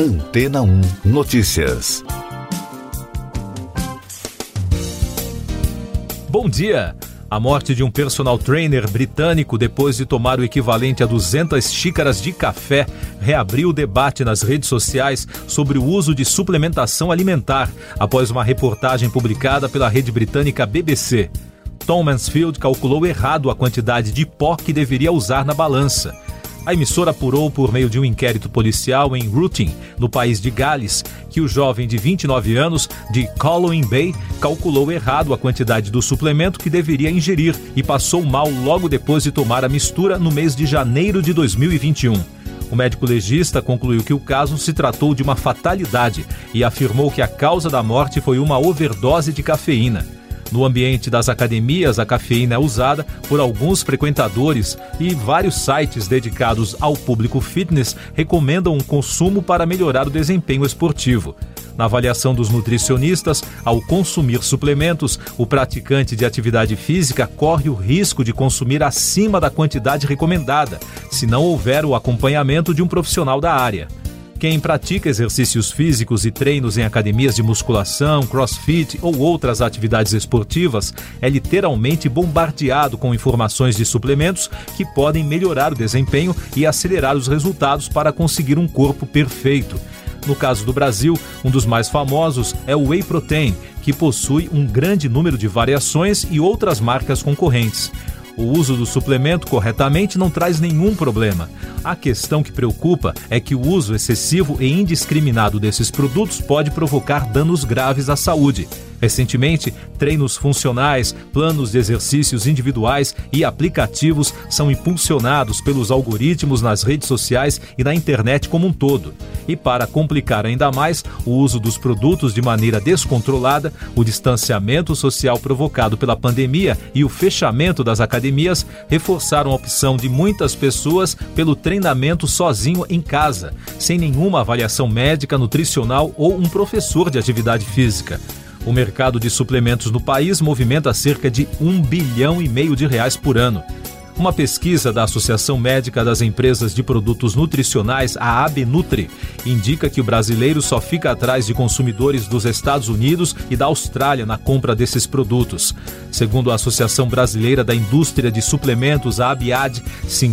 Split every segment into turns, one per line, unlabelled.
Antena 1 Notícias.
Bom dia! A morte de um personal trainer britânico depois de tomar o equivalente a 200 xícaras de café reabriu o debate nas redes sociais sobre o uso de suplementação alimentar após uma reportagem publicada pela rede britânica BBC. Tom Mansfield calculou errado a quantidade de pó que deveria usar na balança. A emissora apurou por meio de um inquérito policial em Wroughton, no país de Gales, que o jovem de 29 anos, de Colwyn Bay, calculou errado a quantidade do suplemento que deveria ingerir e passou mal logo depois de tomar a mistura no mês de janeiro de 2021. O médico legista concluiu que o caso se tratou de uma fatalidade e afirmou que a causa da morte foi uma overdose de cafeína. No ambiente das academias, a cafeína é usada por alguns frequentadores e vários sites dedicados ao público fitness recomendam um consumo para melhorar o desempenho esportivo. Na avaliação dos nutricionistas, ao consumir suplementos, o praticante de atividade física corre o risco de consumir acima da quantidade recomendada, se não houver o acompanhamento de um profissional da área. Quem pratica exercícios físicos e treinos em academias de musculação, crossfit ou outras atividades esportivas é literalmente bombardeado com informações de suplementos que podem melhorar o desempenho e acelerar os resultados para conseguir um corpo perfeito. No caso do Brasil, um dos mais famosos é o Whey Protein, que possui um grande número de variações e outras marcas concorrentes. O uso do suplemento corretamente não traz nenhum problema. A questão que preocupa é que o uso excessivo e indiscriminado desses produtos pode provocar danos graves à saúde. Recentemente, treinos funcionais, planos de exercícios individuais e aplicativos são impulsionados pelos algoritmos nas redes sociais e na internet como um todo. E para complicar ainda mais o uso dos produtos de maneira descontrolada, o distanciamento social provocado pela pandemia e o fechamento das academias reforçaram a opção de muitas pessoas pelo treinamento sozinho em casa, sem nenhuma avaliação médica, nutricional ou um professor de atividade física. O mercado de suplementos no país movimenta cerca de R$1,5 bilhão por ano. Uma pesquisa da Associação Médica das Empresas de Produtos Nutricionais, a ABNutri, indica que o brasileiro só fica atrás de consumidores dos Estados Unidos e da Austrália na compra desses produtos. Segundo a Associação Brasileira da Indústria de Suplementos, a ABIAD,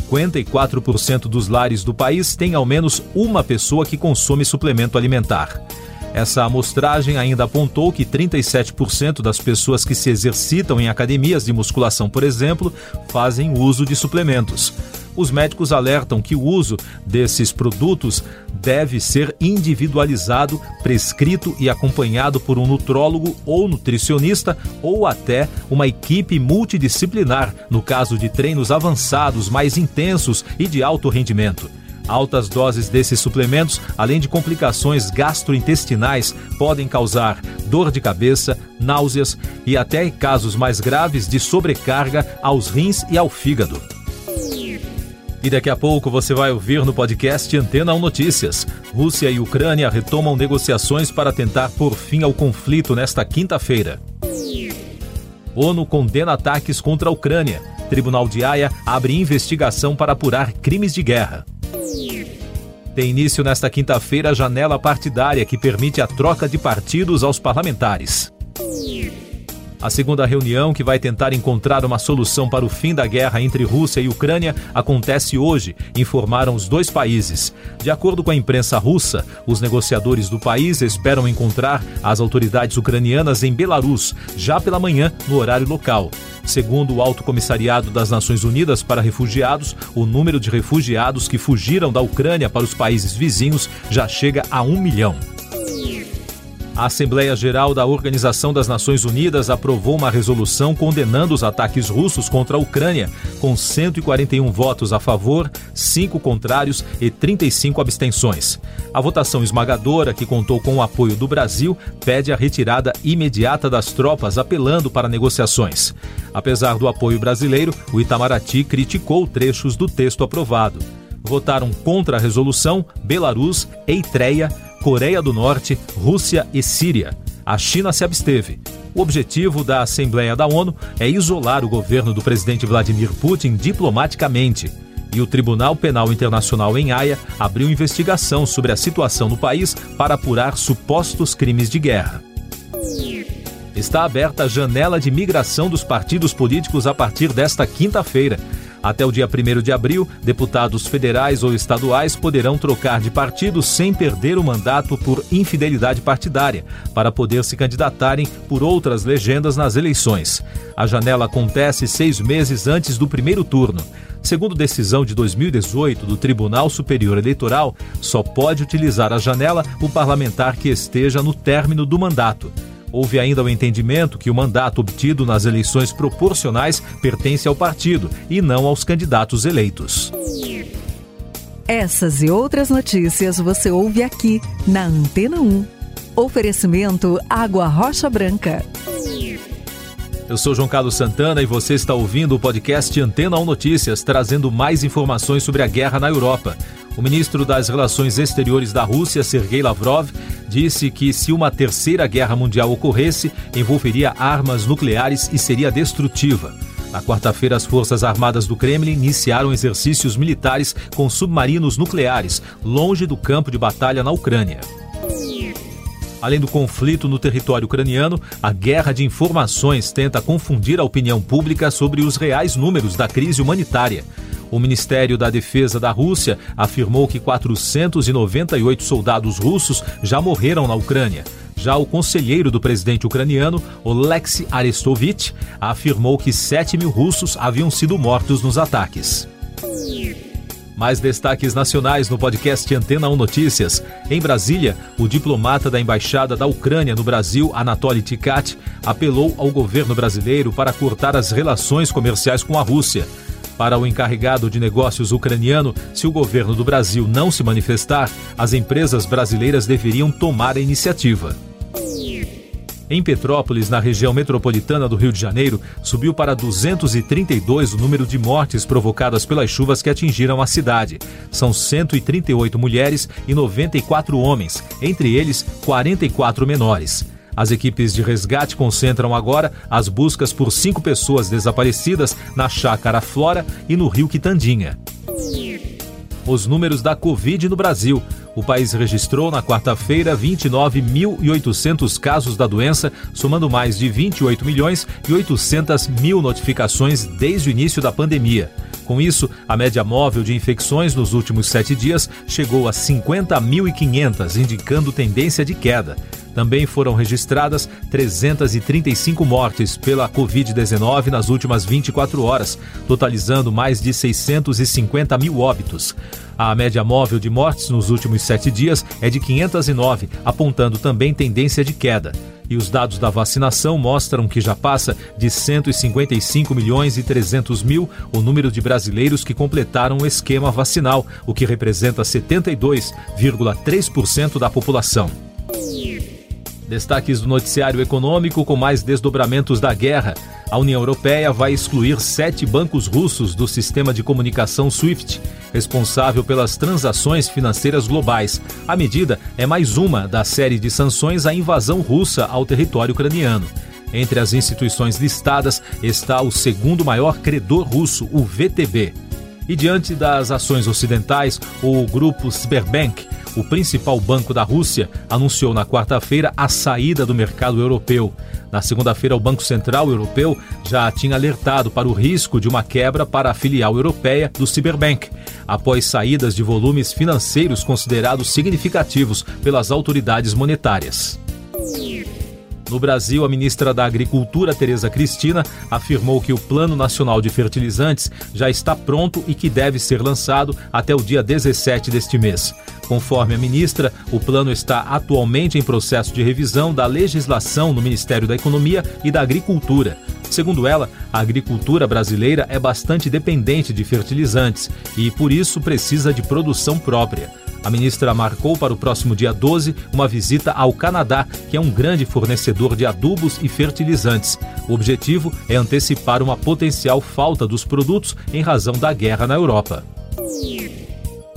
54% dos lares do país têm ao menos uma pessoa que consome suplemento alimentar. Essa amostragem ainda apontou que 37% das pessoas que se exercitam em academias de musculação, por exemplo, fazem uso de suplementos. Os médicos alertam que o uso desses produtos deve ser individualizado, prescrito e acompanhado por um nutrólogo ou nutricionista ou até uma equipe multidisciplinar, no caso de treinos avançados, mais intensos e de alto rendimento. Altas doses desses suplementos, além de complicações gastrointestinais, podem causar dor de cabeça, náuseas e até casos mais graves de sobrecarga aos rins e ao fígado. E daqui a pouco você vai ouvir no podcast Antena 1 Notícias. Rússia e Ucrânia retomam negociações para tentar pôr fim ao conflito nesta quinta-feira. ONU condena ataques contra a Ucrânia. Tribunal de Haia abre investigação para apurar crimes de guerra. Tem início nesta quinta-feira a janela partidária que permite a troca de partidos aos parlamentares. A segunda reunião, que vai tentar encontrar uma solução para o fim da guerra entre Rússia e Ucrânia, acontece hoje, informaram os dois países. De acordo com a imprensa russa, os negociadores do país esperam encontrar as autoridades ucranianas em Belarus, já pela manhã, no horário local. Segundo o Alto Comissariado das Nações Unidas para Refugiados, o número de refugiados que fugiram da Ucrânia para os países vizinhos já chega a 1 milhão. A Assembleia Geral da Organização das Nações Unidas aprovou uma resolução condenando os ataques russos contra a Ucrânia, com 141 votos a favor, 5 contrários e 35 abstenções. A votação esmagadora, que contou com o apoio do Brasil, pede a retirada imediata das tropas, apelando para negociações. Apesar do apoio brasileiro, o Itamaraty criticou trechos do texto aprovado. Votaram contra a resolução Belarus, Eritreia, Coreia do Norte, Rússia e Síria. A China se absteve. O objetivo da Assembleia da ONU é isolar o governo do presidente Vladimir Putin diplomaticamente. E o Tribunal Penal Internacional em Haia abriu investigação sobre a situação no país para apurar supostos crimes de guerra. Está aberta a janela de migração dos partidos políticos a partir desta quinta-feira. Até o dia 1º de abril, deputados federais ou estaduais poderão trocar de partido sem perder o mandato por infidelidade partidária, para poder se candidatarem por outras legendas nas eleições. A janela acontece 6 meses antes do primeiro turno. Segundo decisão de 2018 do Tribunal Superior Eleitoral, só pode utilizar a janela o parlamentar que esteja no término do mandato. Houve ainda o entendimento que o mandato obtido nas eleições proporcionais pertence ao partido e não aos candidatos eleitos.
Essas e outras notícias você ouve aqui na Antena 1. Oferecimento Água Rocha Branca.
Eu sou João Carlos Santana e você está ouvindo o podcast Antena 1 Notícias, trazendo mais informações sobre a guerra na Europa. O ministro das Relações Exteriores da Rússia, Sergei Lavrov, disse que se uma terceira guerra mundial ocorresse, envolveria armas nucleares e seria destrutiva. Na quarta-feira, as Forças Armadas do Kremlin iniciaram exercícios militares com submarinos nucleares, longe do campo de batalha na Ucrânia. Além do conflito no território ucraniano, a guerra de informações tenta confundir a opinião pública sobre os reais números da crise humanitária. O Ministério da Defesa da Rússia afirmou que 498 soldados russos já morreram na Ucrânia. Já o conselheiro do presidente ucraniano, Oleksiy Arestovich, afirmou que 7.000 russos haviam sido mortos nos ataques. Mais destaques nacionais no podcast Antena 1 Notícias. Em Brasília, o diplomata da Embaixada da Ucrânia no Brasil, Anatoly Tikat, apelou ao governo brasileiro para cortar as relações comerciais com a Rússia. Para o encarregado de negócios ucraniano, se o governo do Brasil não se manifestar, as empresas brasileiras deveriam tomar a iniciativa. Em Petrópolis, na região metropolitana do Rio de Janeiro, subiu para 232 o número de mortes provocadas pelas chuvas que atingiram a cidade. São 138 mulheres e 94 homens, entre eles 44 menores. As equipes de resgate concentram agora as buscas por 5 pessoas desaparecidas na Chácara Flora e no Rio Quitandinha. Os números da Covid no Brasil. O país registrou na quarta-feira 29.800 casos da doença, somando mais de 28 milhões e 800 mil notificações desde o início da pandemia. Com isso, a média móvel de infecções nos últimos 7 dias chegou a 50.500, indicando tendência de queda. Também foram registradas 335 mortes pela Covid-19 nas últimas 24 horas, totalizando mais de 650 mil óbitos. A média móvel de mortes nos últimos 7 dias é de 509, apontando também tendência de queda. E os dados da vacinação mostram que já passa de 155 milhões e 300 mil o número de brasileiros que completaram o esquema vacinal, o que representa 72,3% da população. Destaques do noticiário econômico com mais desdobramentos da guerra. A União Europeia vai excluir 7 bancos russos do sistema de comunicação SWIFT, responsável pelas transações financeiras globais. A medida é mais uma da série de sanções à invasão russa ao território ucraniano. Entre as instituições listadas está o segundo maior credor russo, o VTB. E diante das ações ocidentais, o grupo Sberbank, o principal banco da Rússia, anunciou na quarta-feira a saída do mercado europeu. Na segunda-feira, o Banco Central Europeu já tinha alertado para o risco de uma quebra para a filial europeia do Sberbank, após saídas de volumes financeiros considerados significativos pelas autoridades monetárias. No Brasil, a ministra da Agricultura, Tereza Cristina, afirmou que o Plano Nacional de Fertilizantes já está pronto e que deve ser lançado até o dia 17 deste mês. Conforme a ministra, o plano está atualmente em processo de revisão da legislação no Ministério da Economia e da Agricultura. Segundo ela, a agricultura brasileira é bastante dependente de fertilizantes e, por isso, precisa de produção própria. A ministra marcou para o próximo dia 12 uma visita ao Canadá, que é um grande fornecedor de adubos e fertilizantes. O objetivo é antecipar uma potencial falta dos produtos em razão da guerra na Europa.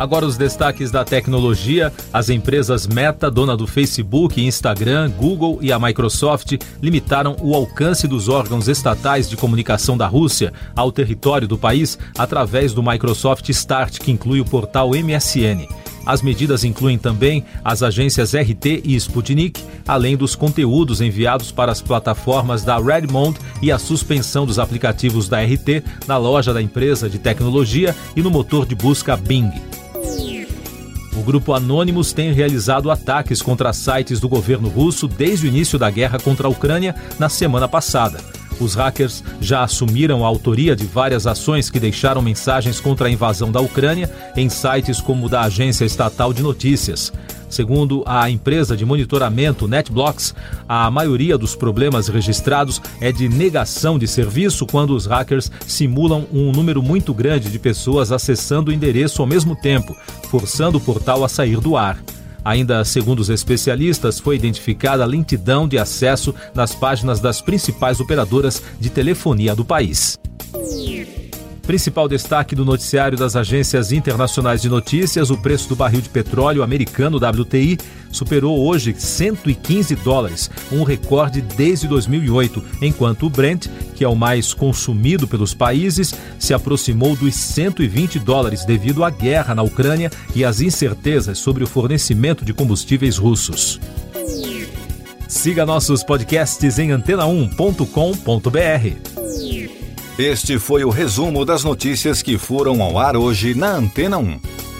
Agora os destaques da tecnologia. As empresas Meta, dona do Facebook, Instagram, Google e a Microsoft limitaram o alcance dos órgãos estatais de comunicação da Rússia ao território do país através do Microsoft Start, que inclui o portal MSN. As medidas incluem também as agências RT e Sputnik, além dos conteúdos enviados para as plataformas da Redmond e a suspensão dos aplicativos da RT na loja da empresa de tecnologia e no motor de busca Bing. O grupo Anonymous tem realizado ataques contra sites do governo russo desde o início da guerra contra a Ucrânia na semana passada. Os hackers já assumiram a autoria de várias ações que deixaram mensagens contra a invasão da Ucrânia em sites como o da agência estatal de notícias. Segundo a empresa de monitoramento NetBlocks, a maioria dos problemas registrados é de negação de serviço quando os hackers simulam um número muito grande de pessoas acessando o endereço ao mesmo tempo, forçando o portal a sair do ar. Ainda segundo os especialistas, foi identificada a lentidão de acesso nas páginas das principais operadoras de telefonia do país. Principal destaque do noticiário das agências internacionais de notícias: o preço do barril de petróleo americano WTI superou hoje $115, um recorde desde 2008, enquanto o Brent, que é o mais consumido pelos países, se aproximou dos $120 devido à guerra na Ucrânia e às incertezas sobre o fornecimento de combustíveis russos. Siga nossos podcasts em antena1.com.br.
Este foi o resumo das notícias que foram ao ar hoje na Antena 1.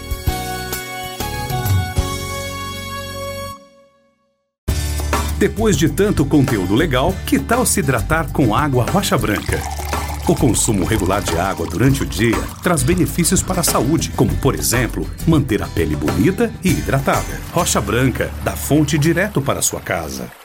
Depois de tanto conteúdo legal, que tal se hidratar com água Rocha Branca? O consumo regular de água durante o dia traz benefícios para a saúde, como, por exemplo, manter a pele bonita e hidratada. Rocha Branca, da fonte direto para a sua casa.